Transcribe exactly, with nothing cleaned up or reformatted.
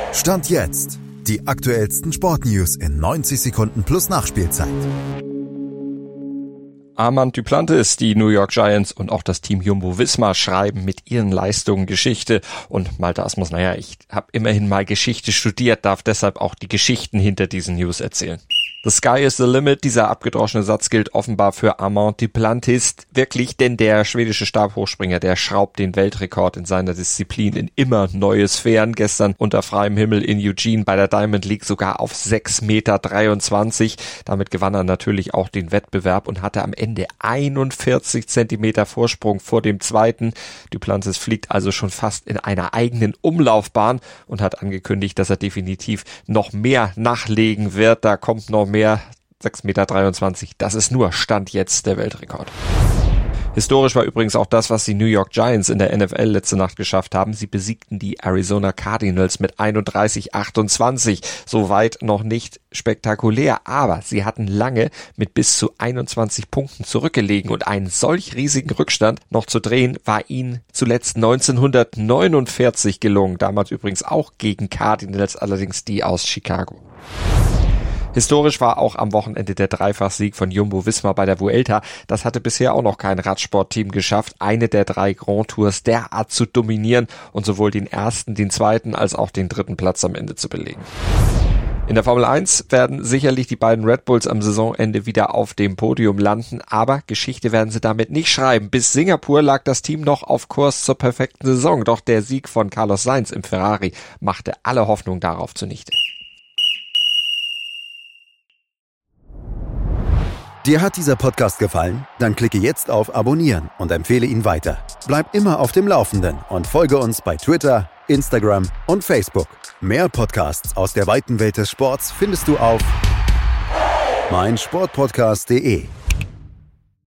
Stand jetzt. Die aktuellsten Sportnews in neunzig Sekunden plus Nachspielzeit. Armand Duplantis, die New York Giants und auch das Team Jumbo-Visma schreiben mit ihren Leistungen Geschichte. Und Malte Asmus, naja, ich habe immerhin mal Geschichte studiert, darf deshalb auch die Geschichten hinter diesen News erzählen. The sky is the limit, dieser abgedroschene Satz gilt offenbar für Armand Duplantis wirklich, denn der schwedische Stabhochspringer, der schraubt den Weltrekord in seiner Disziplin in immer neue Sphären. Gestern unter freiem Himmel in Eugene bei der Diamond League sogar auf sechs Meter dreiundzwanzig. Damit gewann er natürlich auch den Wettbewerb und hatte am Ende einundvierzig Zentimeter Vorsprung vor dem Zweiten. Duplantis fliegt also schon fast in einer eigenen Umlaufbahn und hat angekündigt, dass er definitiv noch mehr nachlegen wird. Da kommt noch mehr, sechs Meter dreiundzwanzig, das ist nur Stand jetzt der Weltrekord. Historisch war übrigens auch das, was die New York Giants in der N F L letzte Nacht geschafft haben. Sie besiegten die Arizona Cardinals mit einunddreißig achtundzwanzig. Soweit noch nicht spektakulär, aber sie hatten lange mit bis zu einundzwanzig Punkten zurückgelegen und einen solch riesigen Rückstand noch zu drehen, war ihnen zuletzt neunzehnhundertneunundvierzig gelungen. Damals übrigens auch gegen Cardinals, allerdings die aus Chicago. Historisch war auch am Wochenende der Dreifachsieg von Jumbo-Visma bei der Vuelta. Das hatte bisher auch noch kein Radsportteam geschafft, eine der drei Grand Tours derart zu dominieren und sowohl den ersten, den zweiten als auch den dritten Platz am Ende zu belegen. In der Formel eins werden sicherlich die beiden Red Bulls am Saisonende wieder auf dem Podium landen, aber Geschichte werden sie damit nicht schreiben. Bis Singapur lag das Team noch auf Kurs zur perfekten Saison, doch der Sieg von Carlos Sainz im Ferrari machte alle Hoffnung darauf zunichte. Dir hat dieser Podcast gefallen? Dann klicke jetzt auf Abonnieren und empfehle ihn weiter. Bleib immer auf dem Laufenden und folge uns bei Twitter, Instagram und Facebook. Mehr Podcasts aus der weiten Welt des Sports findest du auf meinsportpodcast punkt de.